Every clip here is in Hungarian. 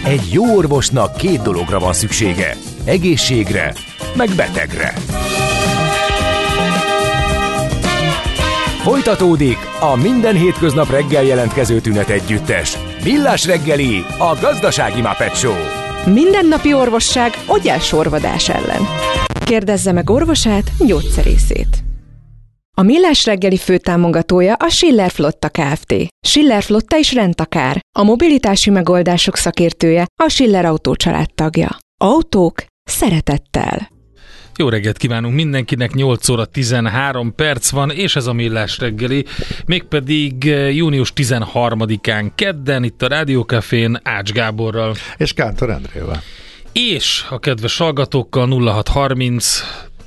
Egy jó orvosnak 2 dologra van szüksége. Egészségre, meg betegre. Folytatódik a minden hétköznap reggel jelentkező tünet együttes. Millás reggeli, a gazdasági Muppet Show. Mindennapi orvosság ogyásorvadás ellen. Kérdezze meg orvosát, gyógyszerészét. A Millás reggeli főtámogatója a Schiller Flotta Kft. Schiller Flotta is rendtakár. A mobilitási megoldások szakértője, a Schiller Autó család tagja. Autók szeretettel. Jó reggelt kívánunk mindenkinek, 8 óra 13 perc van, és ez a Millás reggeli, mégpedig június 13-án kedden itt a Rádiókafén Ács Gáborral. És Kántor Endrével. És a kedves hallgatókkal 0636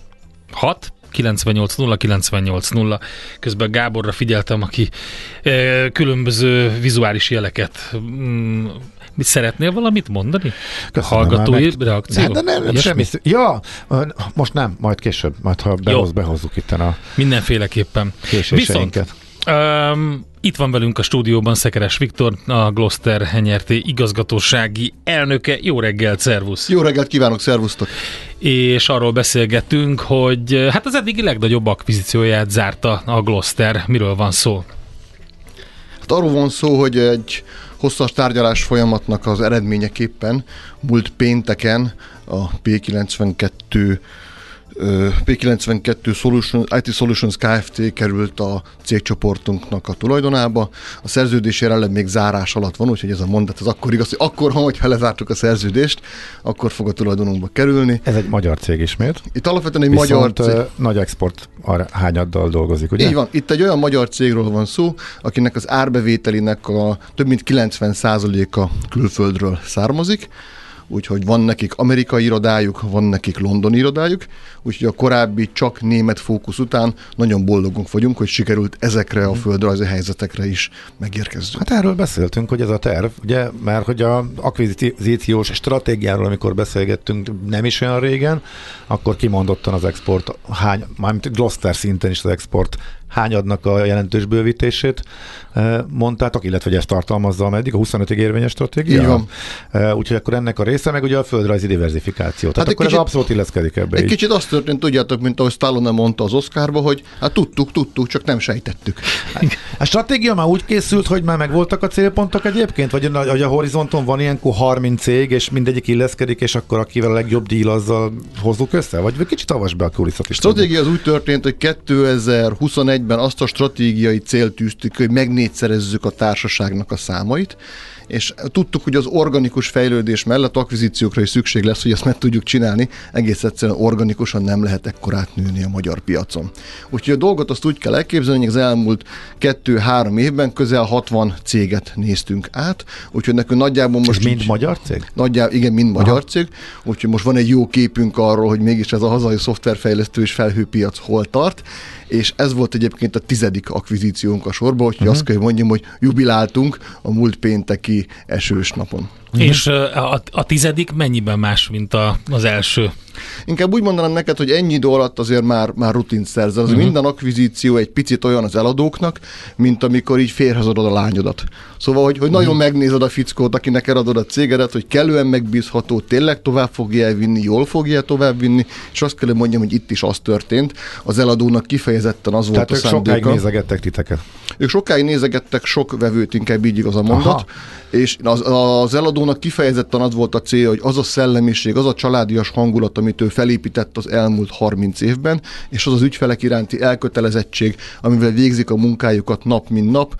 98 0 98 0. Közben Gáborra figyeltem, aki különböző vizuális jeleket szeretnél valamit mondani? Köszönöm, hallgatói reakció? De nem semmi. Ja, most nem, majd később, majd ha behozzuk itt a mindenféleképpen. Késéseinket. Itt van velünk a stúdióban Szekeres Viktor, a Gloster NRT igazgatósági elnöke. Jó reggelt, szervusz! Jó reggelt kívánok, szervusztok! És arról beszélgetünk, hogy hát az eddigi legnagyobb akvizícióját zárta a Gloster. Miről van szó? Hát arról van szó, hogy egy hosszas tárgyalás folyamatnak az eredményeképpen múlt pénteken a P92 IT Solutions Kft. Került a cégcsoportunknak a tulajdonába. A szerződés jelenleg még zárás alatt van, úgyhogy ez a mondat az akkor igaz, hogy akkor, hogyha lezártuk a szerződést, akkor fog a tulajdonunkba kerülni. Ez egy magyar cég ismét. Itt alapvetően egy viszont magyar cég. Nagy export hányaddal dolgozik, ugye? Így van. Itt egy olyan magyar cégről van szó, akinek az árbevételének a több mint 90%-a külföldről származik. Úgyhogy van nekik amerikai irodájuk, van nekik londoni irodájuk, úgyhogy a korábbi csak német fókusz után nagyon boldogunk vagyunk, hogy sikerült ezekre a földrajzi helyzetekre is megérkezzünk. Hát erről beszéltünk, hogy ez a terv, ugye, mert hogy az akvizíciós stratégiáról, amikor beszélgettünk nem is olyan régen, akkor kimondottan az export, mármint Gloster szinten is az export hányadnak a jelentős bővítését mondtátok, illetve hogy ezt tartalmazza meddig, a 25-ig érvényes stratégia? Így van. Úgyhogy akkor ennek a része, meg ugye a földrajzi diversifikáció. Tehát hát akkor ez abszolút illeszkedik ebbe. Egy kicsit azt történt, tudjátok, mint ahogy Stallone mondta az Oscarba, hogy hát tudtuk, csak nem sejtettük. A stratégia már úgy készült, hogy már megvoltak a célpontok egyébként? Vagy a horizonton van ilyenkor 30 cég, és mindegyik illeszkedik, és akkor akivel a legjobb díl azzal hozzuk össze? Vagy kicsit avasd be a kulisszat is? A stratégia az úgy történt, hogy 2021-ben azt a stratégiai célt tűztük, hogy megnégyszerezzük a társaságnak a számait, és tudtuk, hogy az organikus fejlődés mellett akvizíciókra is szükség lesz, hogy ezt meg tudjuk csinálni, egész egyszerűen organikusan nem lehet ekkorát nőni a magyar piacon. Úgyhogy a dolgot azt úgy kell elképzelni, hogy az elmúlt 2-3 évben közel 60 céget néztünk át, úgyhogy nekünk nagyjából most... És mind magyar cég? Igen, mind magyar cég, úgyhogy most van egy jó képünk arról, hogy mégis ez a hazai szoftverfejlesztő és felhőpiac hol tart, és ez volt egyébként a 10. akvizíciónk a sorban, úgyhogy azt kell mondjam, hogy jubiláltunk a múlt pénteki esős napon. És a 10. mennyiben más, mint az első? Inkább úgy mondanám neked, hogy ennyi idő alatt azért már rutint szerzel. Minden akvizíció egy picit olyan az eladóknak, mint amikor így férhezadod a lányodat. Szóval, hogy nagyon megnézed a fickót, akinek eladod a cégedet, hogy kellően megbízható, tényleg tovább fogja elvinni, jól fogja továbbvinni, és azt kell mondjam, hogy itt is az történt. Az eladónak kifejezetten az volt a szándéka. Tehát sokáig nézegettek titeket? Ők sokáig nézegettek sok vevőt, inkább így igaz a mondat, és az eladónak kifejezetten az volt a cél, hogy az a szellemiség, az a családias hangulat, amit ő felépített az elmúlt 30 évben, és az az ügyfelek iránti elkötelezettség, amivel végzik a munkájukat nap mint nap,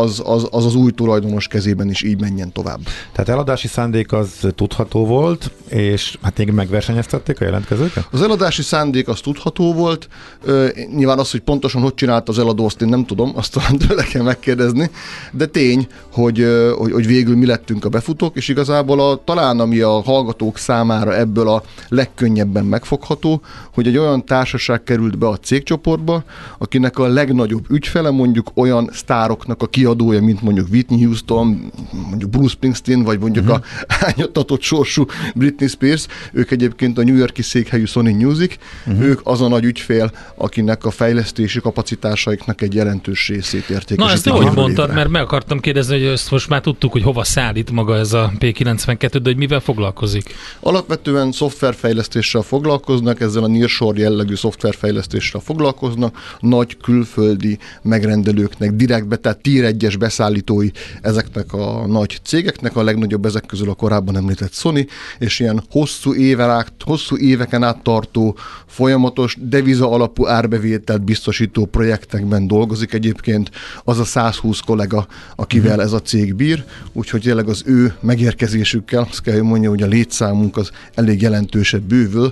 az új tulajdonos kezében is így menjen tovább. Tehát eladási szándék az tudható volt, és hát még megversenyeztették a jelentkezőket? Az eladási szándék az tudható volt, nyilván az, hogy pontosan hogy csinálta az eladó, azt én nem tudom, azt tőle kell megkérdezni, de tény, hogy végül mi lettünk a befutók, és igazából talán ami a hallgatók számára ebből a legkönnyebben megfogható, hogy egy olyan társaság került be a cégcsoportba, akinek a legnagyobb ügyfele mondjuk olyan sztároknak a kiadója, mint mondjuk Whitney Houston, mondjuk Bruce Springsteen, vagy mondjuk a ányattatott sorsú Britney Spears, ők egyébként a New York-i székhelyű Sony Music, ők az a nagy ügyfél, akinek a fejlesztési kapacitásaiknak egy jelentős részét értékesítik. Na ezt jól mondtad, mert meg akartam kérdezni, hogy ezt most már tudtuk, hogy hova szállít maga ez a P92, de hogy mivel foglalkozik? Alapvetően szoftverfejlesztéssel foglalkoznak, ezzel a nearshore jellegű szoftverfejlesztéssel foglalkoznak, nagy külföldi megrendelőknek, direktbe, tehát tier 1-es beszállítói ezeknek a nagy cégeknek, a legnagyobb ezek közül a korábban említett Sony, és ilyen hosszú éveken át tartó, folyamatos deviza alapú árbevételt biztosító projektekben dolgozik egyébként az a 120 kollega, akivel ez a cég bír, úgyhogy tényleg az ő megérkezésükkel, azt kell, hogy mondjam, hogy a létszámunk az elég jelentősebb bővül,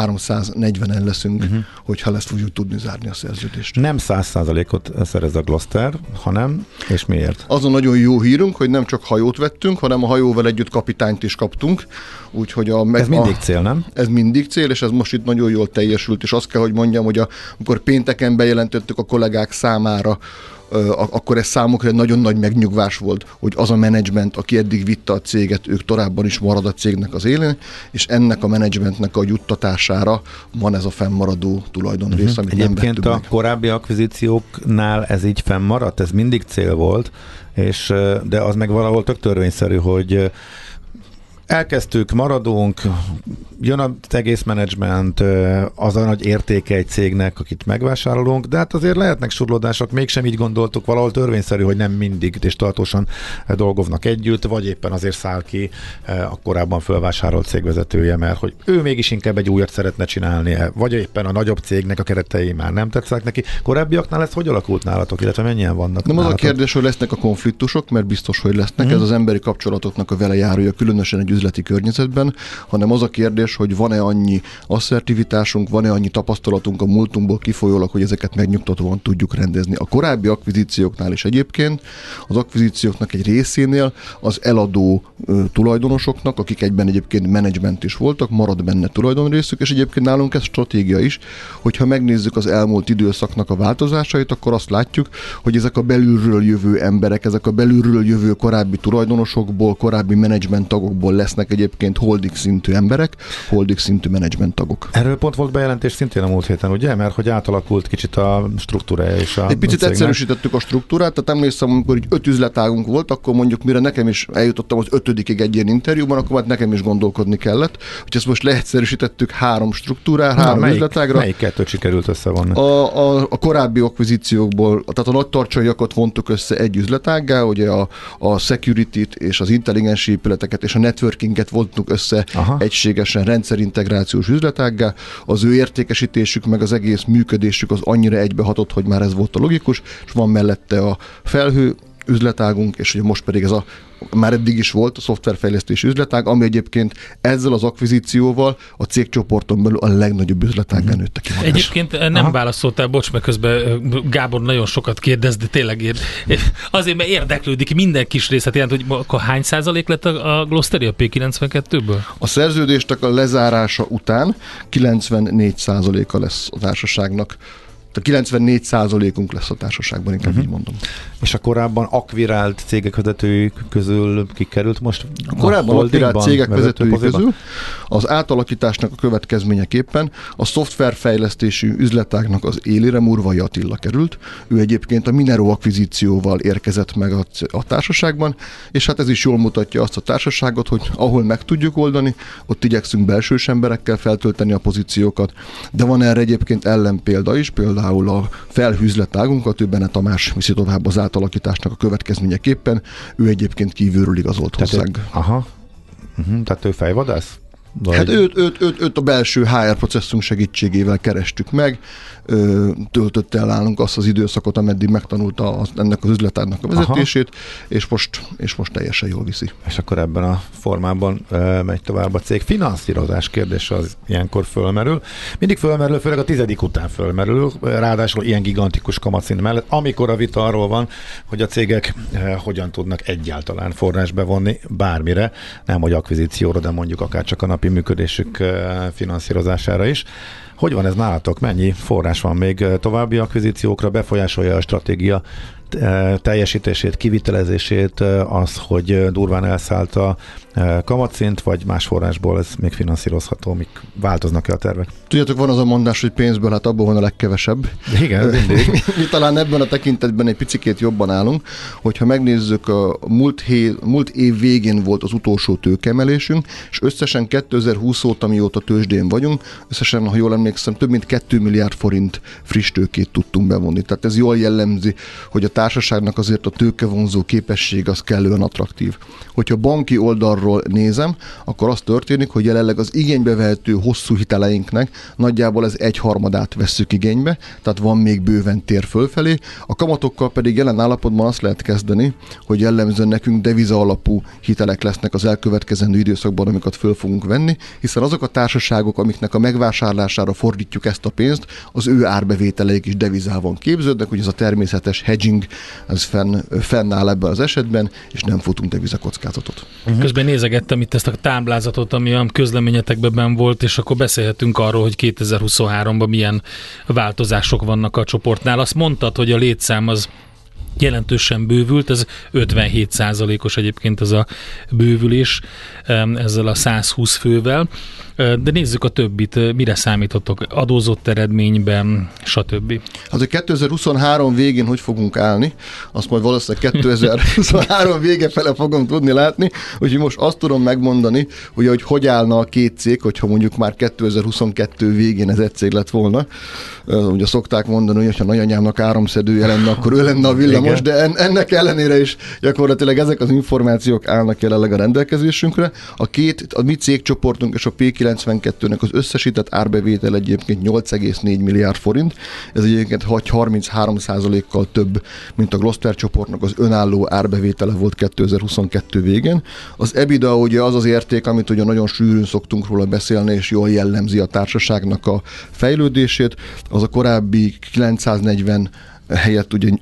340-en leszünk, hogyha lesz fogjuk tudni zárni a szerződést. Nem 100%-ot szerez a Gloster, hanem, és miért? Az a nagyon jó hírünk, hogy nem csak hajót vettünk, hanem a hajóval együtt kapitányt is kaptunk. Úgyhogy ez mindig cél, nem? Ez mindig cél, és ez most itt nagyon jól teljesült, és azt kell, hogy mondjam, hogy amikor pénteken bejelentettük a kollégák számára, akkor ez számukra egy nagyon nagy megnyugvás volt, hogy az a menedzsment, aki eddig vitte a céget, ők továbban is marad a cégnek az élén, és ennek a menedzsmentnek a juttatására van ez a fennmaradó tulajdonrész, amit nem vettük Egyébként a meg. korábbi akvizícióknál ez így fennmaradt, ez mindig cél volt, de az meg valahol tök törvényszerű, hogy elkezdtük, maradunk, jön az egész menedzsment, az a nagy értéke egy cégnek, akit megvásárolunk, de hát azért lehetnek surlódások, mégsem így gondoltuk, valahol törvényszerű, hogy nem mindig és tartósan dolgoznak együtt, vagy éppen azért száll ki a korábban fölvásárolt cégvezetője, mert hogy ő mégis inkább egy újat szeretne csinálni, vagy éppen a nagyobb cégnek a keretei már nem tetszenek neki. Korábbiaknál ez hogy alakult nálatok, illetve mennyien vannak? Nem nálatok? Az a kérdés, hogy lesznek a konfliktusok, mert biztos, hogy lesznek, ez az emberi kapcsolatoknak a velejárója, különösen egy üzleti környezetben, hanem az a kérdés, hogy van-e annyi asszertivitásunk, van-e annyi tapasztalatunk a múltunkból kifolyólag, hogy ezeket megnyugtatóan tudjuk rendezni. A korábbi akvizícióknál is egyébként, az akvizícióknak egy részénél az eladó tulajdonosoknak, akik egyben egyébként menedzsment is voltak, marad benne tulajdonrészük, és egyébként nálunk ez stratégia is, hogyha megnézzük az elmúlt időszaknak a változásait, akkor azt látjuk, hogy ezek a belülről jövő emberek, ezek a belülről jövő korábbi tulajdonosokból, korábbi menedzsment tagokból lesznek egyébként holding szintű emberek, holding szintű menedzsment tagok. Erről pont volt bejelentés szintén a múlt héten, ugye? Mert hogy átalakult kicsit a struktúrája és a egy picit cégnek. Egyszerűsítettük a struktúrát, tehát emlékszem, amikor 5 üzletágunk volt, akkor mondjuk mire nekem is eljutottam az 5. egy ilyen interjúban, akkor már nekem is gondolkodni kellett, hogy ezt most leegyszerűsítettük 3 struktúrára, 3 üzletágra. Melyik kettőt sikerült összevonni? A korábbi akvizíciókból, tehát a nagy tartsaiakat vontuk össze egy üzletággá, ugye a security-t és az intelligens épületeket és a networkinget vontuk össze egységesen rendszerintegrációs üzletággá. Az ő értékesítésük meg az egész működésük az annyira egybehatott, hogy már ez volt a logikus, és van mellette a felhő üzletágunk, és ugye most pedig ez már eddig is volt a szoftverfejlesztési üzletág, ami egyébként ezzel az akvizícióval a cégcsoporton belül a legnagyobb üzletággá nőtte ki magát. Egyébként nem válaszoltál, bocs, meg közben Gábor nagyon sokat kérdez, de tényleg azért, mert érdeklődik minden kis részlet, jelent, hogy akkor hány százalék lett a Gloster a P92-ből? A szerződésnek a lezárása után 94%-a lesz a társaságnak. Tehát 94%-unk lesz a társaságban, inkább így mondom. És a korábban akvirált cégek vezetői közül kikerült most? A korábban akvirált cégek vezetői közül az átalakításnak a következményeképpen a szoftverfejlesztési üzletágnak az élére Murvai Attila került. Ő egyébként a Minero akvizícióval érkezett meg a társaságban, és hát ez is jól mutatja azt a társaságot, hogy ahol meg tudjuk oldani, ott igyekszünk belsős emberekkel feltölteni a pozíciókat, de van erre egyébként ellenpélda is, például a felhőzletágunkat, ő Bene Tamás viszi tovább az átalakításnak a következményeképpen, ő egyébként kívülről igazolt hozzánk. Tehát ő fejvadász? Vagy... Hát őt a belső HR processzunk segítségével kerestük meg, töltötte el nálunk azt az időszakot, ameddig megtanulta ennek az üzletágnak a vezetését, és most teljesen jól viszi. És akkor ebben a formában megy tovább a cég. Finanszírozás kérdése az ilyenkor fölmerül. Mindig fölmerül, főleg a 10. után fölmerül, ráadásul ilyen gigantikus kamatszint mellett, amikor a vita arról van, hogy a cégek hogyan tudnak egyáltalán forrás bevonni bármire, nem hogy akvizícióra, de mondjuk akár csak a napi működésük finanszírozására is. Hogy van ez nálatok? Mennyi forrás van még további akvizíciókra? Befolyásolja a stratégia teljesítését, kivitelezését, az, hogy durván elszállt a kamatszint, vagy más forrásból ez még finanszírozható, mik változnak-e a tervek? Tudjátok, van az a mondás, hogy pénzből, hát abból van a legkevesebb. Igen, mindig. Mi talán ebben a tekintetben egy picikét jobban állunk, hogyha megnézzük, a múlt év végén volt az utolsó tőkeemelésünk, és összesen 2020 óta, mióta tőzsdén vagyunk, összesen, ha jól emlékszem, több mint 2 milliárd forint friss tőkét tudtunk bevonni. Tehát ez jól jellemzi, hogy a társaságnak azért a tőkevonzó képesség az kellően attraktív. Hogyha banki oldalról nézem, akkor az történik, hogy jelenleg az igénybe vehető hosszú hiteleinknek nagyjából ez 1/3 vesszük igénybe, tehát van még bőven tér fölfelé. A kamatokkal pedig jelen állapotban azt lehet kezdeni, hogy jellemzően nekünk deviza alapú hitelek lesznek az elkövetkezendő időszakban, amiket föl fogunk venni, hiszen azok a társaságok, amiknek a megvásárlására fordítjuk ezt a pénzt, az ő árbevételeik is devizában képződnek, hogy ez a természetes hedging ez fennáll ebben az esetben, és nem futunk devizakockázatot. Közben nézegettem itt ezt a táblázatot, ami a közleményetekben volt, és akkor beszélhetünk arról, hogy 2023-ban milyen változások vannak a csoportnál. Azt mondtad, hogy a létszám az jelentősen bővült, ez 57%-os egyébként ez a bővülés ezzel a 120 fővel, de nézzük a többit, mire számítottok adózott eredményben, stb. Hát, hogy 2023 végén hogy fogunk állni, azt majd valószínűleg 2023 vége fele fogom tudni látni, úgyhogy most azt tudom megmondani, hogy állna a két cég, hogyha mondjuk már 2022 végén ez egy cég lett volna. Ugye szokták mondani, hogy ha nagyanyámnak áramszedője lenne, akkor ő lenne a villamos, de ennek ellenére is gyakorlatilag ezek az információk állnak jelenleg a rendelkezésünkre. A mi cégcsoportunk és a P92-nek az összesített árbevétel egyébként 8,4 milliárd forint. Ez egyébként 33%-kal több, mint a Gloster csoportnak az önálló árbevétele volt 2022 végén. Az EBITDA ugye az az érték, amit ugye nagyon sűrűn szoktunk róla beszélni, és jól jellemzi a társaságnak a fejlődését. Az a korábbi 940 helyett ugye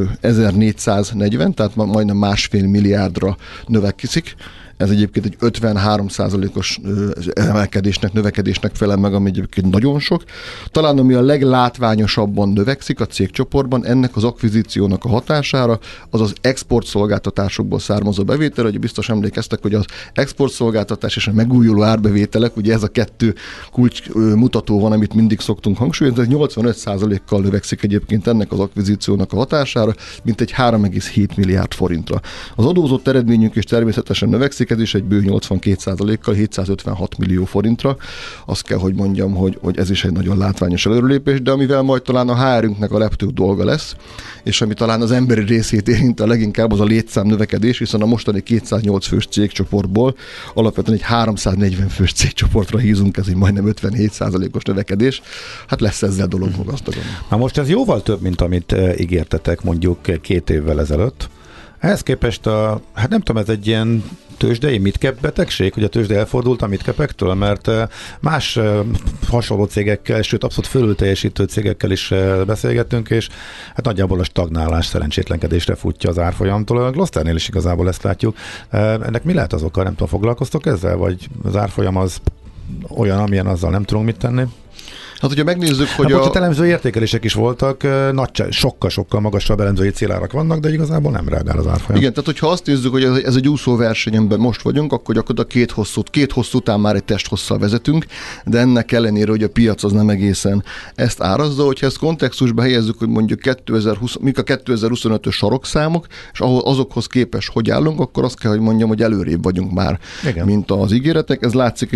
1440, tehát majdnem 1,5 milliárdra növekszik. Ez egyébként egy 53%-os növekedésnek felel meg, ami egyébként nagyon sok. Talán ami a leglátványosabban növekszik a cégcsoportban, ennek az akvizíciónak a hatására, az az exportszolgáltatásokból származó bevétel. Ugye biztos emlékeztek, hogy az exportszolgáltatás és a megújuló árbevételek, ugye ez a kettő kulcsmutató van, amit mindig szoktunk hangsúlyozni, ez 85%-kal növekszik egyébként ennek az akvizíciónak a hatására, mint egy 3,7 milliárd forintra. Az adózott eredményünk is természetesen növekszik, ez is egy bő 82%-kal 756 millió forintra. Azt kell, hogy mondjam, hogy ez is egy nagyon látványos előrelépés, de amivel majd talán a HR-ünknek a legtöbb dolga lesz, és ami talán az emberi részét érint a leginkább, az a létszám növekedés, hiszen a mostani 208 fős cégcsoportból alapvetően egy 340 fős cégcsoportra hízunk, ez egy majdnem 57%-os növekedés. Hát lesz ezzel dolog magasztagon. Na most ez jóval több, mint amit ígértetek mondjuk 2 évvel ezelőtt. Ehhez képest hát nem tudom, ez egy ilyen tőzsdei midcap betegség, hogy a tőzsde elfordult a midcapektől, mert más hasonló cégekkel, sőt abszolút fölül teljesítő cégekkel is beszélgettünk, és hát nagyjából a stagnálás, szerencsétlenkedésre futja az árfolyamtól. A Glosternél is igazából ezt látjuk. Ennek mi lehet az oka? Nem tudom, foglalkoztok ezzel? Vagy az árfolyam az olyan, amilyen, azzal nem tudunk mit tenni? Hát, hogyha megnézzük, hogy a elemző értékelések is voltak, sokkal magasabb elemzői célárak vannak, de igazából nem reagál az árfolyam. Igen, tehát hogyha azt nézzük, hogy ez egy úszóverseny, amiben most vagyunk, akkor gyakorlatilag két hosszú után már egy testhosszal vezetünk, de ennek ellenére, hogy a piac az nem egészen ezt árazza, hogyha ezt kontextusba helyezzük, hogy mondjuk 2020, mik a 2025-ös sarokszámok, és azokhoz képest hogy állunk, akkor azt kell, hogy mondjam, hogy előrébb vagyunk már, igen, mint az ígéretek. Ez látszik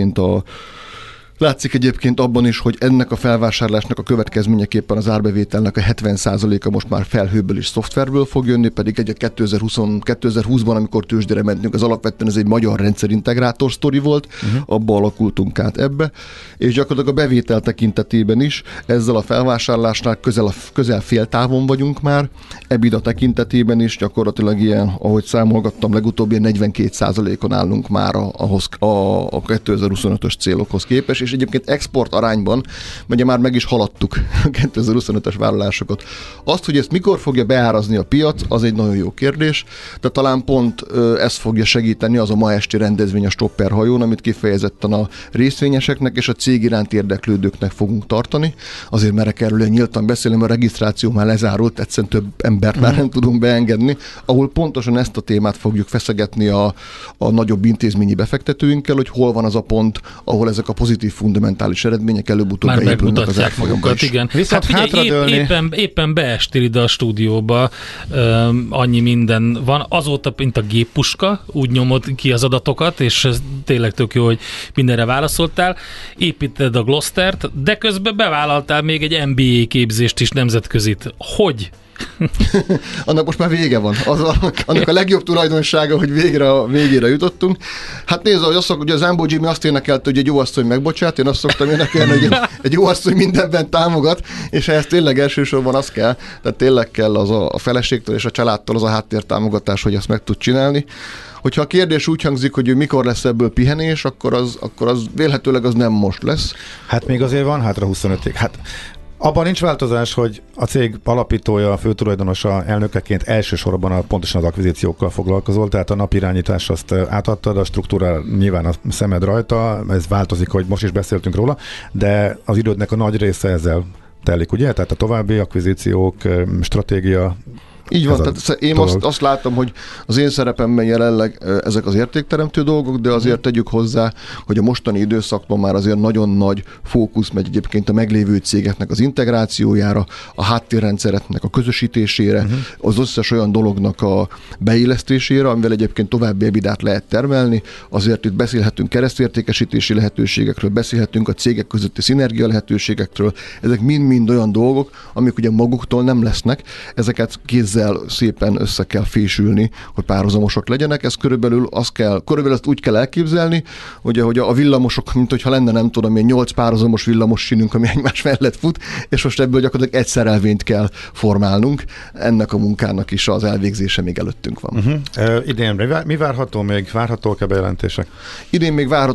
egyébként abban is, hogy ennek a felvásárlásnak a következményeképpen az árbevételnek a 70%-a most már felhőből és szoftverből fog jönni, pedig egy 2020-ban, amikor tőzsdére mentünk, az alapvetően ez egy magyar rendszerintegrátor sztori volt, abba alakultunk át ebbe, és gyakorlatilag a bevétel tekintetében is ezzel a felvásárlásnál közel fél távon vagyunk már, EBITDA tekintetében is gyakorlatilag ilyen, ahogy számolgattam legutóbb, ilyen 42%-on állunk már a 2025-ös célokhoz képest, és egyébként export arányban, ugye már meg is haladtuk a 2025-es vállalásokat. Azt, hogy ezt mikor fogja beárazni a piac, az egy nagyon jó kérdés, de talán pont ez fogja segíteni az a ma esti rendezvény a Stopper hajón, amit kifejezetten a részvényeseknek és a cég iránt érdeklődőknek fogunk tartani. Azért merek erről nyíltan beszélni, mert a regisztráció már lezárult, egyszerűen több embert már nem tudunk beengedni, ahol pontosan ezt a témát fogjuk feszegetni a nagyobb intézményi befektetőinkkel, hogy hol van az a pont, ahol ezek a pozitív fundamentális eredmények előbb-utóbb már beépülnek az magukat, igen. Viszont hát figyelj, éppen beestél ide a stúdióba, annyi minden van. Azóta, mint a géppuska, úgy nyomod ki az adatokat, és ez tényleg tök jó, hogy mindenre válaszoltál. Építed a Glostert, de közben bevállaltál még egy MBA képzést is nemzetközit. Hogy? Annak most már vége van. Annak a legjobb tulajdonsága, hogy végére jutottunk. Hát nézd, hogy az Zambó Jimmy azt énekelte, hogy egy jó asszony megbocsát, én azt szoktam énekelni, hogy egy jó asszony mindenben támogat, és ehhez tényleg elsősorban az kell, tehát tényleg kell az a feleségtől és a családtól az a háttértámogatás, hogy ezt meg tud csinálni. Hogyha a kérdés úgy hangzik, hogy mikor lesz ebből pihenés, akkor az vélhetőleg az nem most lesz. Hát még azért van hátra 25 év. Hát abban nincs változás, hogy a cég alapítója, a főtulajdonosa, elnökeként elsősorban pontosan az akvizíciókkal foglalkozol, tehát a napirányítás azt átadtad, a struktúra nyilván a szemed rajta, ez változik, hogy most is beszéltünk róla, de az idődnek a nagy része ezzel telik, ugye? Tehát a további akvizíciók, stratégia. Így van, tehát én azt látom, hogy az én szerepemben jelenleg ezek az értékteremtő dolgok, de azért tegyük hozzá, hogy a mostani időszakban már azért nagyon nagy fókusz megy egyébként a meglévő cégeknek az integrációjára, a háttérrendszereknek a közösítésére, az összes olyan dolognak a beillesztésére, amivel egyébként további ebidát lehet termelni. Azért itt beszélhetünk keresztértékesítési lehetőségekről, beszélhetünk a cégek közötti szinergia lehetőségekről. Ezek mind-mind olyan dolgok, amik ugye maguktól nem lesznek, ezeket kézzel szépen össze kell fésülni, hogy párhuzamosak legyenek. Ez körülbelül ezt úgy kell elképzelni, ugye, hogy a villamosok, mint hogyha lenne, nem tudom, 8 párhuzamos villamos sínünk, ami egymás mellett fut, és most ebből gyakorlatilag egy szerelvényt kell formálnunk. Ennek a munkának is az elvégzése még előttünk van. Idén mi várható még? Várhatók-e bejelentések? Idén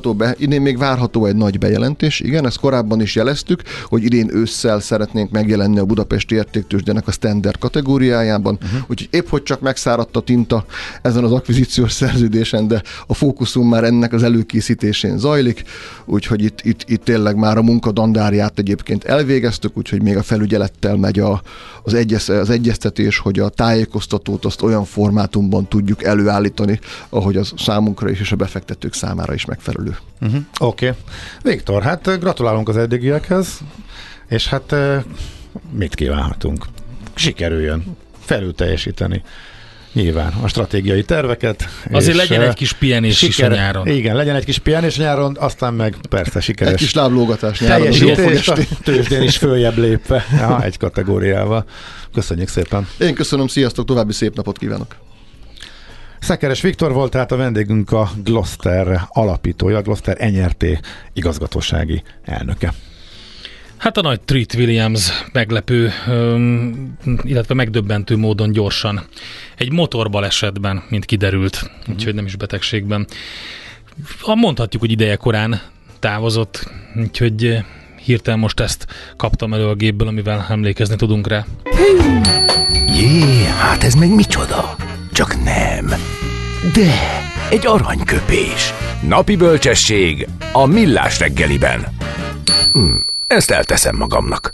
még várható egy nagy bejelentés. Igen, ezt korábban is jeleztük, hogy idén ősszel szeretnénk megjelenni a budapesti értéktőzsdének a standard kategóriájában. Úgyhogy épp hogy csak megszáradt a tinta ezen az akvizíciós szerződésen, de a fókuszunk már ennek az előkészítésén zajlik, úgyhogy itt tényleg már a munka dandárját egyébként elvégeztük, úgyhogy még a felügyelettel megy az egyeztetés, hogy a tájékoztatót azt olyan formátumban tudjuk előállítani, ahogy az számunkra is és a befektetők számára is megfelelő. Oké. Viktor, hát gratulálunk az eddigiekhez, és hát mit kívánhatunk? Sikerüljön felül teljesíteni nyilván a stratégiai terveket. Azért legyen egy kis pihenés is a nyáron. Igen, legyen egy kis pihenés nyáron, aztán meg persze sikeres. Egy kis láblógatás nyáron. Teljesítés a tőzsdén is följebb lépve egy kategóriával. Köszönjük szépen. Én köszönöm, sziasztok, további szép napot kívánok. Szekeres Viktor volt tehát a vendégünk, a Gloster alapítója, a Gloster NRT igazgatósági elnöke. Hát a nagy Treat Williams meglepő, illetve megdöbbentő módon gyorsan. Egy motorbalesetben, mint kiderült, úgyhogy nem is betegségben. Mondhatjuk, hogy ideje korán távozott, úgyhogy hirtelen most ezt kaptam elő a gépből, amivel emlékezni tudunk rá. Jé, hát ez meg micsoda? Csak nem. De egy aranyköpés. Napi bölcsesség a Millás reggeliben. Ezt elteszem magamnak.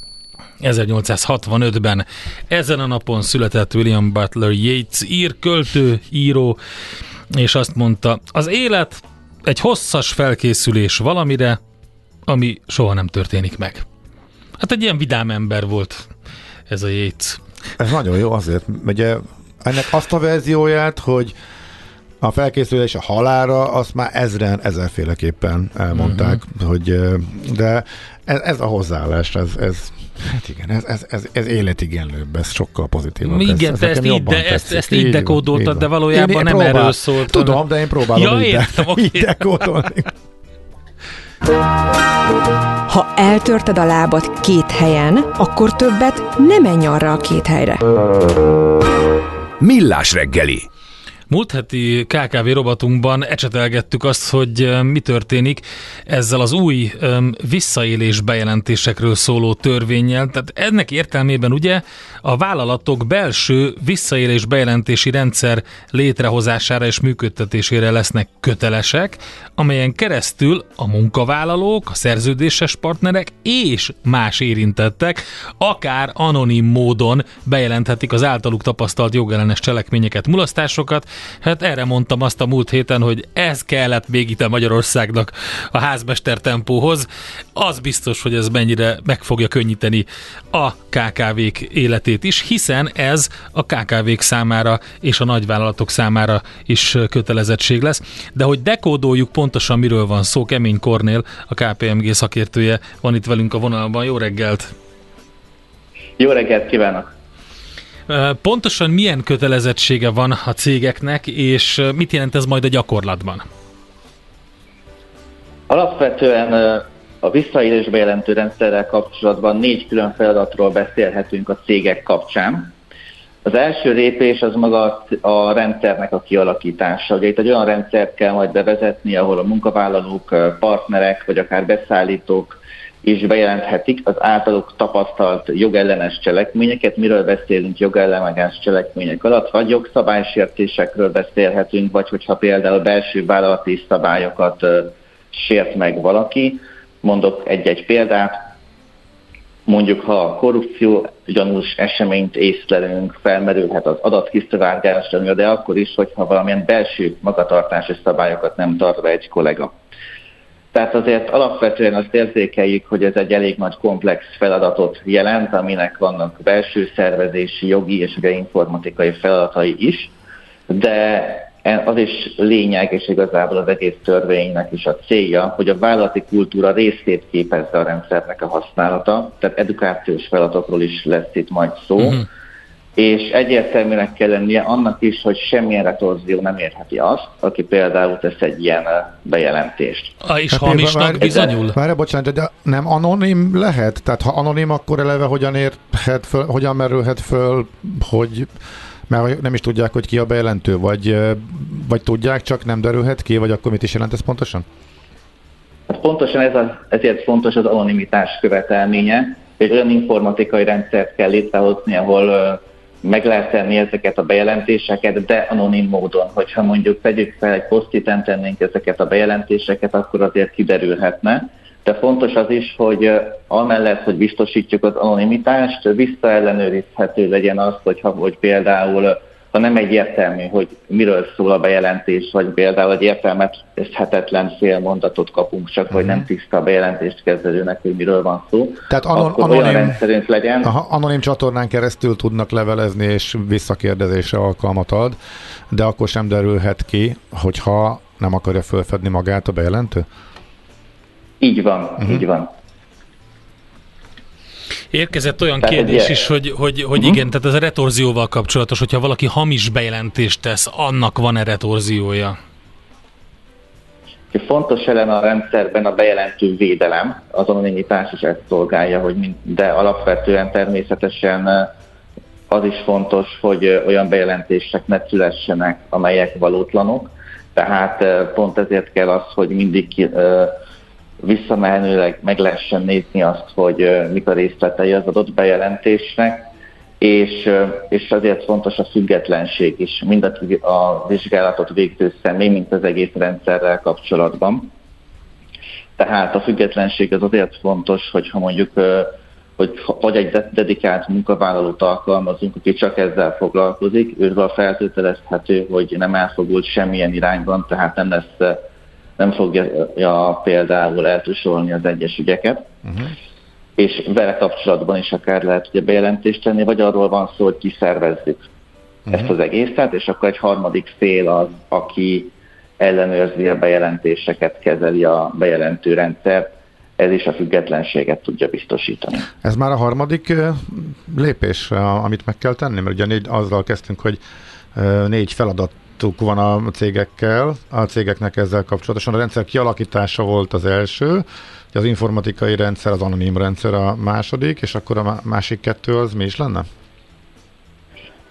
1865-ben ezen a napon született William Butler Yeats, költő, író, és azt mondta, az élet egy hosszas felkészülés valamire, ami soha nem történik meg. Hát egy ilyen vidám ember volt ez a Yeats. Ez nagyon jó azért, ugye ennek azt a verzióját, hogy a felkészülés a halálra, azt már ezerféleképpen elmondták, hogy, de ez a hozzáállás, hát igen, ez életigenlőbb, ez sokkal pozitívabb. Igen, ezt így dekódoltad, de valójában nem erről szólt. Tudom, de én próbálom így dekódolni. Ha eltörted a lábad 2 helyen, akkor többet nem menj arra a 2 helyre. Millás reggeli. Múlt heti KKV robotunkban ecsetelgettük azt, hogy mi történik ezzel az új visszaélés bejelentésekről szóló törvénnyel. Tehát ennek értelmében ugye a vállalatok belső visszaélés bejelentési rendszer létrehozására és működtetésére lesznek kötelesek, amelyen keresztül a munkavállalók, a szerződéses partnerek és más érintettek akár anonim módon bejelenthetik az általuk tapasztalt jogellenes cselekményeket, mulasztásokat. Hát erre mondtam azt a múlt héten, hogy ez kellett még itt a Magyarországnak a házmester tempóhoz. Az biztos, hogy ez mennyire meg fogja könnyíteni a KKV-k életét is, hiszen ez a KKV-k számára és a nagyvállalatok számára is kötelezettség lesz. De hogy dekódoljuk pontosan miről van szó, Kemény Kornél, a KPMG szakértője van itt velünk a vonalban. Jó reggelt! Jó reggelt kívánok! Pontosan milyen kötelezettsége van a cégeknek, és mit jelent ez majd a gyakorlatban? Alapvetően a visszaélés bejelentő rendszerrel kapcsolatban 4 külön feladatról beszélhetünk a cégek kapcsán. Az első lépés az maga a rendszernek a kialakítása. Ugye itt egy olyan rendszert kell majd bevezetni, ahol a munkavállalók, partnerek vagy akár beszállítók is bejelenthetik az általuk tapasztalt jogellenes cselekményeket. Miről beszélünk jogellenes cselekmények alatt? Vagy jogszabálysértésekről beszélhetünk, vagy hogyha például belső vállalati szabályokat sért meg valaki. Mondok egy-egy példát. Mondjuk, ha a korrupció gyanús eseményt észlelünk, felmerülhet az adatkiszivárgás gyanúja, de akkor is, hogyha valamilyen belső magatartási szabályokat nem tart be egy kollega. Tehát azért alapvetően azt érzékeljük, hogy ez egy elég nagy komplex feladatot jelent, aminek vannak belső szervezési, jogi és ugye informatikai feladatai is, de az is lényeg, és igazából az egész törvénynek is a célja, hogy a vállalati kultúra részét képezze a rendszernek a használata, tehát edukációs feladatokról is lesz itt majd szó, és egyértelműnek kell lennie annak is, hogy semmilyen retorzió nem érheti azt, aki például tesz egy ilyen bejelentést. És hamisnak bizonyul? Várj, bocsánat, de nem anonim lehet? Tehát ha anonim, akkor eleve hogyan merülhet föl, hogy mert nem is tudják, hogy ki a bejelentő, vagy tudják, csak nem derülhet ki, vagy akkor mit is jelent ez pontosan? Pontosan ezért fontos az anonimitás követelménye, hogy olyan informatikai rendszert kell létrehozni, ahol meg lehet tenni ezeket a bejelentéseket, de anonim módon. Hogyha mondjuk tegyük fel, egy posztiten tennénk ezeket a bejelentéseket, akkor azért kiderülhetne. De fontos az is, hogy amellett, hogy biztosítjuk az anonimitást, visszaellenőrizhető legyen az, hogy például, ha nem egyértelmű, hogy miről szól a bejelentés, vagy például egy értelmezhetetlen félmondatot kapunk, csak hogy nem tiszta a bejelentést kezelőnek, hogy miről van szó. Tehát akkor olyan rendszerünk legyen. Anonim csatornán keresztül tudnak levelezni, és visszakérdezésre alkalmat ad, de akkor sem derülhet ki, hogyha nem akarja fölfedni magát a bejelentő? Így van, így van. Érkezett olyan kérdés is, hogy igen, tehát ez a retorzióval kapcsolatos, hogyha valaki hamis bejelentést tesz, annak van-e retorziója? Fontos eleme a rendszerben a bejelentő védelem, az anonimitás is ezt szolgálja, de alapvetően természetesen az is fontos, hogy olyan bejelentések ne szülessenek, amelyek valótlanok, tehát pont ezért kell az, hogy mindig visszamenőleg meg lehessen nézni azt, hogy mik a részletei az adott bejelentésnek, és azért fontos a függetlenség is, mind a vizsgálatot végző személy, mint az egész rendszerrel kapcsolatban. Tehát a függetlenség az azért fontos, hogyha mondjuk hogy egy dedikált munkavállalót alkalmazunk, aki csak ezzel foglalkozik, őről feltételezhető, hogy nem elfogult semmilyen irányban, tehát nem fogja például eltusolni az egyes ügyeket, és vele kapcsolatban is akár lehet ugye bejelentést tenni, vagy arról van szó, hogy kiszervezzük ezt az egészet, és akkor egy harmadik fél az, aki ellenőrzi a bejelentéseket, kezeli a bejelentő rendszert, ez is a függetlenséget tudja biztosítani. Ez már a harmadik lépés, amit meg kell tenni, mert ugye azzal kezdtünk, hogy 4 feladatuk van a cégekkel, a cégeknek ezzel kapcsolatosan. A rendszer kialakítása volt az első, az informatikai rendszer, az anonim rendszer a második, és akkor a másik 2 az mi is lenne?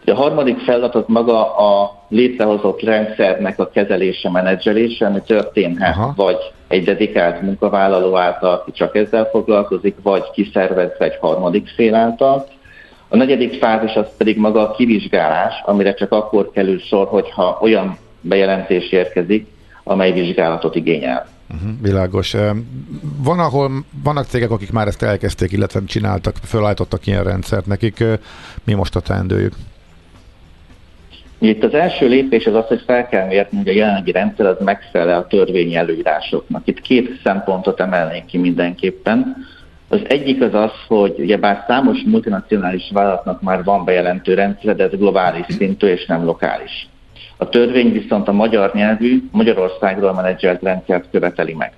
A harmadik feladat maga a létrehozott rendszernek a kezelése, menedzselése, ami történhet vagy egy dedikált munkavállaló által, aki csak ezzel foglalkozik, vagy kiszervezve egy harmadik fél által. A negyedik fázis az pedig maga a kivizsgálás, amire csak akkor kerül sor, hogyha olyan bejelentés érkezik, amely vizsgálatot igényel. Világos. Vannak cégek, akik már ezt elkezdték, illetve csináltak, fölállítottak ilyen rendszert. Nekik mi most a teendőjük? Itt az első lépés az, hogy fel kell mérni, hogy a jelenlegi rendszer az megfelel a törvényi előírásoknak. Itt két szempontot emelnék ki mindenképpen. Az egyik az, hogy ugyebár számos multinacionális vállalatnak már van bejelentő rendszer, de ez globális szintű és nem lokális. A törvény viszont a magyar nyelvű, Magyarországról menedzselt rendszert követeli meg.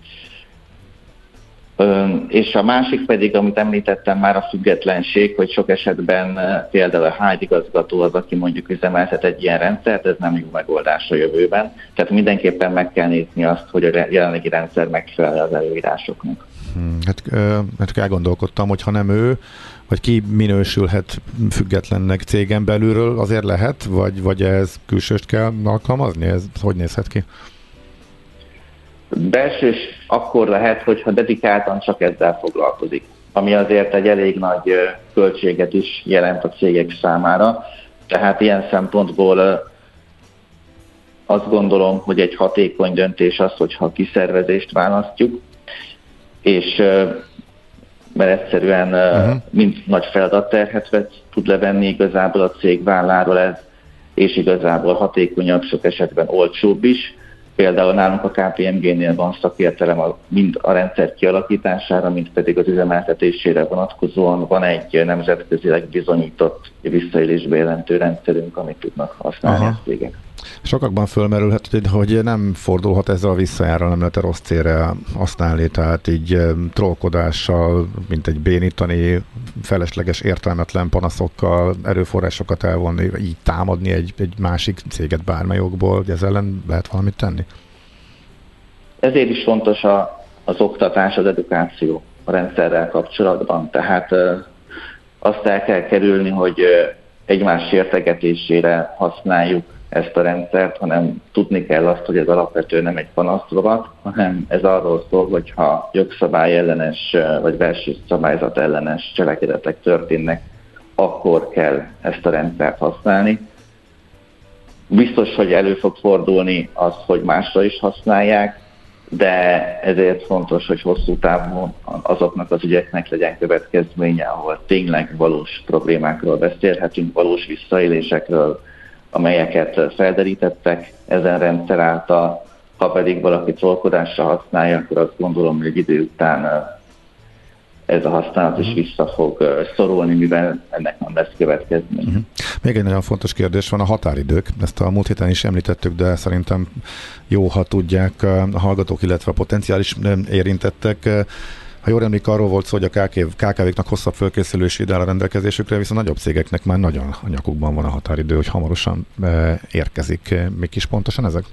És a másik pedig, amit említettem már, a függetlenség, hogy sok esetben például a hájdigazgató az, aki mondjuk üzemeltet egy ilyen rendszert, ez nem jó megoldás a jövőben. Tehát mindenképpen meg kell nézni azt, hogy a jelenlegi rendszer megfelel az előírásoknak. Hát elgondolkodtam, hogy ha nem ő, vagy ki minősülhet függetlennek cégen belülről, azért lehet, vagy ez külsőst kell alkalmazni? Ez hogy nézhet ki? Belsős akkor lehet, hogyha dedikáltan csak ezzel foglalkozik, ami azért egy elég nagy költséget is jelent a cégek számára. Tehát ilyen szempontból azt gondolom, hogy egy hatékony döntés az, hogyha a kiszervezést választjuk, és mert egyszerűen mind nagy feladatterhet tud levenni igazából a cég válláról ez, és igazából hatékonyabb, sok esetben olcsóbb is. Például nálunk a KPMG-nél van szakértelem mind a rendszer kialakítására, mind pedig az üzemeltetésére vonatkozóan. Van egy nemzetközileg bizonyított visszaélésbe jelentő rendszerünk, amit tudnak használni a cégek. Sokakban fölmerülhet, hogy nem fordulhat ezzel a visszajára, nem lehet rossz célra használni, tehát így trollkodással, mint egy bénítani, felesleges, értelmetlen panaszokkal erőforrásokat elvonni, így támadni egy másik céget bármely okból, hogy ezzel ellen lehet valamit tenni? Ezért is fontos az oktatás, az edukáció a rendszerrel kapcsolatban. Tehát azt el kell kerülni, hogy egymás sértegetésére használjuk ezt a rendszert, hanem tudni kell azt, hogy ez alapvetően nem egy panaszrovat, hanem ez arról szól, hogyha jogszabály ellenes vagy versenyszabályzat ellenes cselekedetek történnek, akkor kell ezt a rendszert használni. Biztos, hogy elő fog fordulni az, hogy másra is használják, de ezért fontos, hogy hosszú távon azoknak az ügyeknek legyen következménye, ahol tényleg valós problémákról beszélhetünk, valós visszaélésekről, amelyeket felderítettek ezen rendszer által. Ha pedig valaki trollkodásra használja, akkor azt gondolom, hogy egy idő után ez a használat is vissza fog szorulni, mivel ennek nem lesz következmény. Még egy nagyon fontos kérdés van, a határidők. Ezt a múlt héten is említettük, de szerintem jó, ha tudják a hallgatók, illetve a potenciális érintettek. Ha jól emlék, arról volt szó, hogy a KKV-knak hosszabb fölkészülési idő áll a rendelkezésükre, viszont a nagyobb cégeknek már nagyon a nyakukban van a határidő, hogy hamarosan érkezik. Mik is pontosan ezek?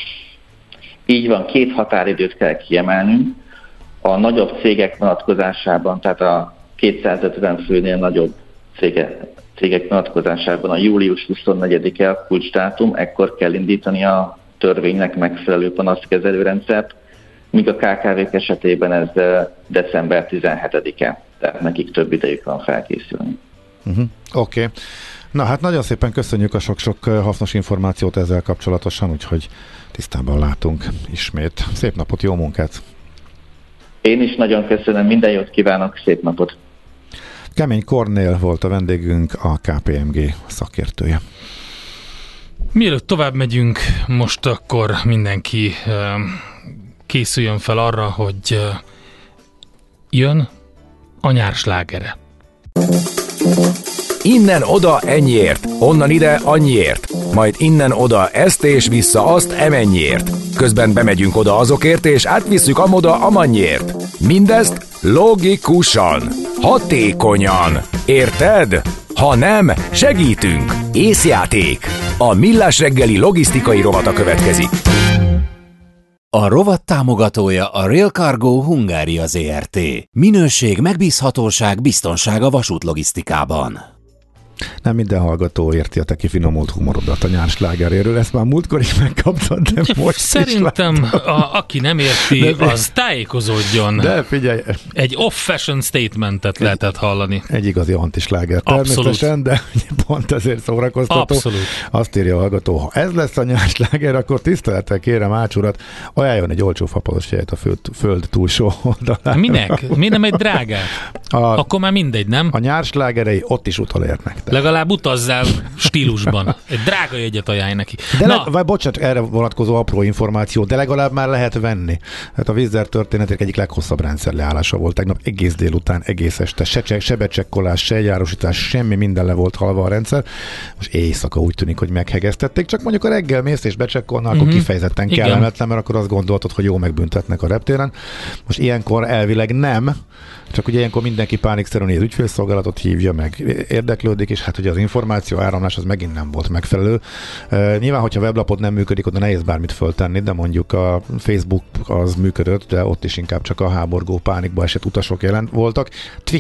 Így van, 2 határidőt kell kiemelnünk. A nagyobb cégek vonatkozásában, tehát a 250 főnél nagyobb cégek vonatkozásában a július 24-e a kulcsdátum, ekkor kell indítani a törvénynek megfelelő panaszkezelő rendszert, míg a KKV-k esetében ez december 17-e, tehát nekik több idejük van felkészülni. Oké. Na hát nagyon szépen köszönjük a sok-sok hasznos információt ezzel kapcsolatosan, úgyhogy tisztában látunk ismét. Szép napot, jó munkát! Én is nagyon köszönöm, minden jót kívánok, szép napot! Kemény Kornél volt a vendégünk, a KPMG szakértője. Mielőtt tovább megyünk, most akkor mindenki készüljön fel arra, hogy jön a nyár slágere. Innen oda ennyiért, onnan ide annyiért, majd innen oda ezt és vissza azt emennyiért. Közben bemegyünk oda azokért és átvisszük amoda amannyiért. Mindezt logikusan, hatékonyan. Érted? Ha nem, segítünk. Észjáték. A Millás reggeli logisztikai rovata következik. A rovat támogatója a Rail Cargo Hungária Zrt. Minőség, megbízhatóság, biztonság a vasútlogisztikában. Nem minden hallgató érti a te kifinomult humorodat a nyárslágeréről. Ezt már múltkor is megkaptad, de most Szerintem, aki nem érti, az tájékozódjon. De figyelj. Egy off-fashion statementet lehetett hallani. Egy igazi antisláger természetesen, de pont ezért szórakoztató. Abszolút. Azt írja a hallgató, ha ez lesz a nyársláger, akkor tisztelettel kérem Ács urat, ajánljon egy olcsó fapados jelet a föld túlsó oldalán. Minek? Mi nem egy drágát? Akkor már mindegy, nem? A nyárslágerei ott is utolérnek. Legalább utazzál stílusban. Egy drága jegyet ajánlj neki. Vagy bocsánat, erre vonatkozó apró információ, de legalább már lehet venni. Hát a Wizz Air történetek egyik leghosszabb rendszerleállása volt tegnap, egész délután, egész este. Se becsekkolás, se egyárosítás, semmi, minden le volt halva a rendszer. Most éjszaka úgy tűnik, hogy meghegeztették, csak mondjuk a reggel mész és becsekkolna, akkor kifejezetten kellemetlen, mert akkor azt gondoltad, hogy jó megbüntetnek a reptéren. Most ilyenkor elvileg nem, csak ugye ilyenkor mindenki pánikszerűen az ügyfélszolgálatot hívja, meg érdeklődik, és hát ugye az információ áramlás az megint nem volt megfelelő. Nyilván, hogyha a weblapod nem működik, oda nehéz bármit föltenni, de mondjuk a Facebook az működött, de ott is inkább csak a háborgó, pánikba esett utasok jelen voltak.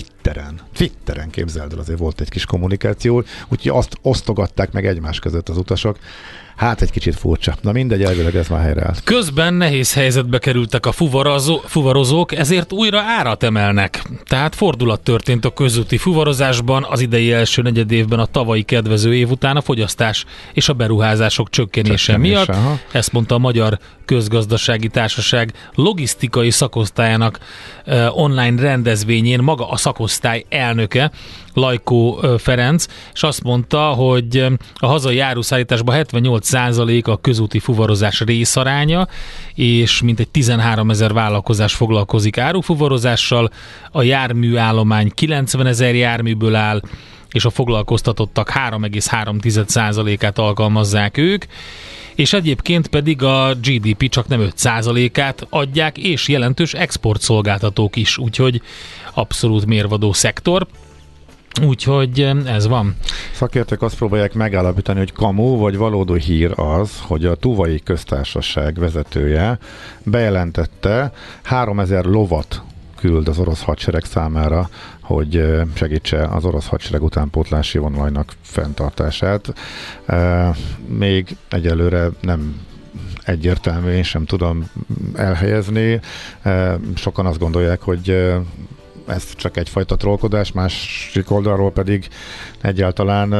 Twitteren képzeld el, azért volt egy kis kommunikáció, úgyhogy azt osztogatták meg egymás között az utasok. Hát egy kicsit furcsa. Na mindegy, elvileg ez már helyreállt. Közben nehéz helyzetbe kerültek a fuvarozók, ezért újra árat emelnek. Tehát fordulat történt a közúti fuvarozásban az idei első negyedévben a tavalyi kedvező év után a fogyasztás és a beruházások csökkenése miatt. Aha. Ezt mondta a Magyar Közgazdasági Társaság logisztikai szakosztályának online rendezvényén maga a szakosztály elnöke, Lajkó Ferenc, és azt mondta, hogy a hazai áruszállításban 78% a közúti fuvarozás részaránya, és mintegy 13 000 vállalkozás foglalkozik árufuvarozással, a járműállomány 90 000 járműből áll, és a foglalkoztatottak 3,3%-át alkalmazzák ők, és egyébként pedig a GDP csak nem 5%-át adják, és jelentős exportszolgáltatók is, úgyhogy abszolút mérvadó szektor. Úgyhogy ez van. Szakértők azt próbálják megállapítani, hogy kamu vagy valódi hír az, hogy a Tuvai Köztársaság vezetője bejelentette 3000 lovat küld az orosz hadsereg számára, hogy segítse az orosz hadsereg utánpótlási vonalainak fenntartását. Még egyelőre nem egyértelmű, én sem tudom elhelyezni. Sokan azt gondolják, hogy ez csak egyfajta trollkodás, másik oldalról pedig egyáltalán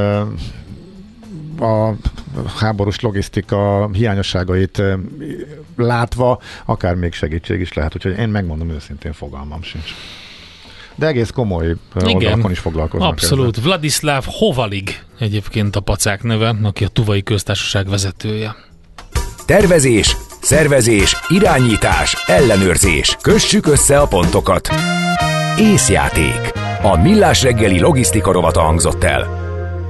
a háborús logisztika hiányosságait látva akár még segítség is lehet, úgyhogy én megmondom őszintén, fogalmam sincs. De egész komoly oldalakon is foglalkoznak. Abszolút. Ezzel. Vladislav Hovalig egyébként a pacák neve, aki a Tuvai Köztársaság vezetője. Tervezés, szervezés, irányítás, ellenőrzés. Kössük össze a pontokat. Észjáték. A Millás reggeli logisztika rovata hangzott el.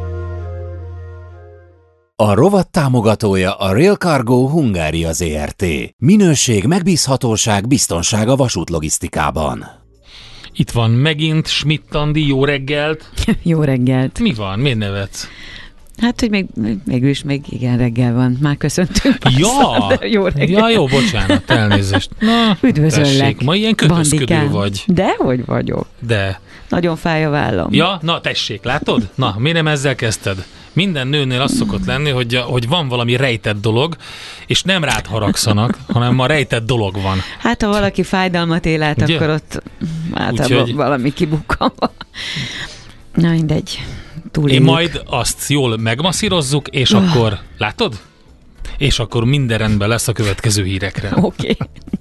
A rovat támogatója a Rail Cargo Hungária Zrt. Minőség, megbízhatóság, biztonság a vasútlogisztikában. Itt van megint Schmidt Andi, jó reggelt! Jó reggelt! Mi van? Miért nevetsz? Hát, hogy mégis még igen reggel van. Már köszöntünk. Jó reggel. Ja, jó, bocsánat, elnézést. Na, üdvözöllek. Tessék, ma ilyen kötözködő Bandikám. vagy. Dehogy vagyok. De. Nagyon fáj a vállam. Ja, na tessék, látod? Na, miért nem ezzel kezdted? Minden nőnél az szokott lenni, hogy van valami rejtett dolog, és nem rád haragszanak, hanem ma rejtett dolog van. Hát, ha valaki fájdalmat él át, ugye? Akkor ott általában valami kibukkan. Na, mindegy. Túléljük. Én majd azt jól megmasszírozzuk, és akkor, látod? És akkor minden rendben lesz a következő hírekre. Oké.